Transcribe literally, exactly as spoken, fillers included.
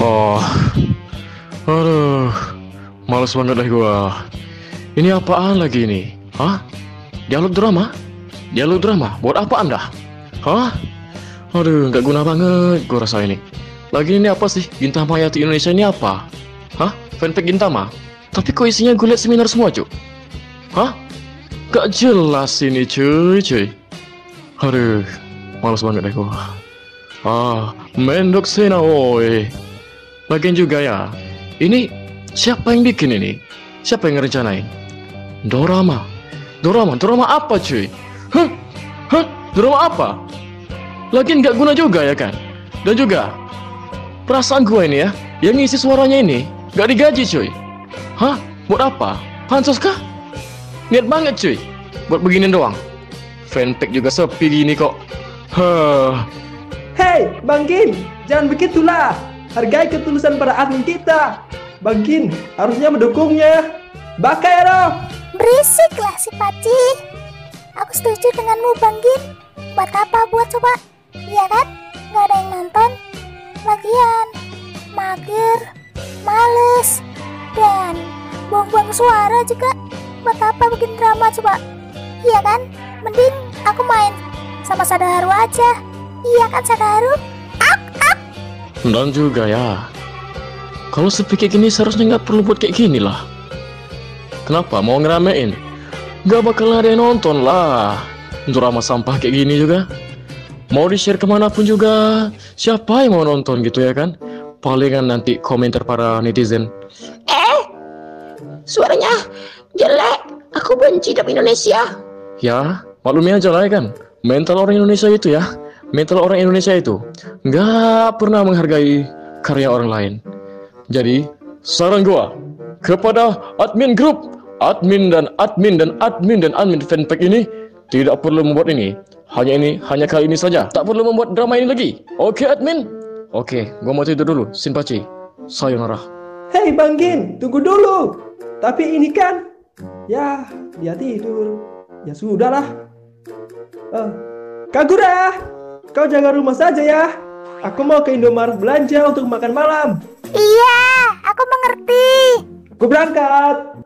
Oh, aduh, males banget deh gua. Ini apaan lagi ini? Hah? Dialog drama? Dialog drama? Buat apa anda? Hah? Aduh, nggak guna banget gua rasa ini. Lagi ini apa sih? Gintama Hayati Indonesia ini apa? Hah? Fanfic Gintama? Tapi kok isinya gue liat seminar semua, cuy? Hah? Gak jelas ini, cuy, cuy. Aduh, males banget deh gua. Ah, mendok sena, woi. Lagian juga ya, ini siapa yang bikin ini? Siapa yang ngerencanain? Dorama. Dorama, Dorama apa cuy? Hah? Hah? Dorama apa? Lagian gak guna juga ya kan? Dan juga, perasaan gue ini ya, yang ngisi suaranya ini, gak digaji cuy. Hah? Buat apa? Pansos kah? Niat banget cuy, buat begini doang. Fanfic juga sepi gini kok. Hah. Hei, Bang Gin, jangan begitulah. Hargai ketulusan para admin kita. Bang Gin harusnya mendukungnya. Baka ya dong. Berisiklah si Paci. Aku setuju denganmu, Bang Gin. Buat apa buat coba? Iya kan? Gak ada yang nonton. Lagian mager, males, dan buang-buang suara juga. Buat apa bikin drama coba? Iya kan? Mending aku main sama Sadaharu aja. Iya kan Sadaharu? Ak, ak. Dan juga ya, kalau sepi kayak gini seharusnya nggak perlu buat kayak gini lah. Kenapa mau ngeramein? Gak bakal ada yang nonton lah. Drama sampah kayak gini juga. Mau di-share kemanapun juga, siapa yang mau nonton gitu ya kan? Palingan nanti komentar para netizen. Eh, suaranya jelek. Aku benci dub Indonesia. Ya, maklumi aja lah ya kan. Mental orang Indonesia itu ya. Mental orang Indonesia itu nggak pernah menghargai karya orang lain. Jadi, saran gua kepada admin grup, admin dan admin dan admin dan admin fanfic ini tidak perlu membuat ini. Hanya ini, hanya kali ini saja. Tak perlu membuat drama ini lagi. Oke, admin? Oke, gua mau tidur dulu. Sinpachi. Sayonara. Hei Bang Gin, tunggu dulu. Tapi ini kan, ya dia tidur. Ya sudahlah. Uh, Kagura, kau jaga rumah saja ya. Aku mau ke Indomaret belanja untuk makan malam. Iya, aku mengerti. Aku berangkat.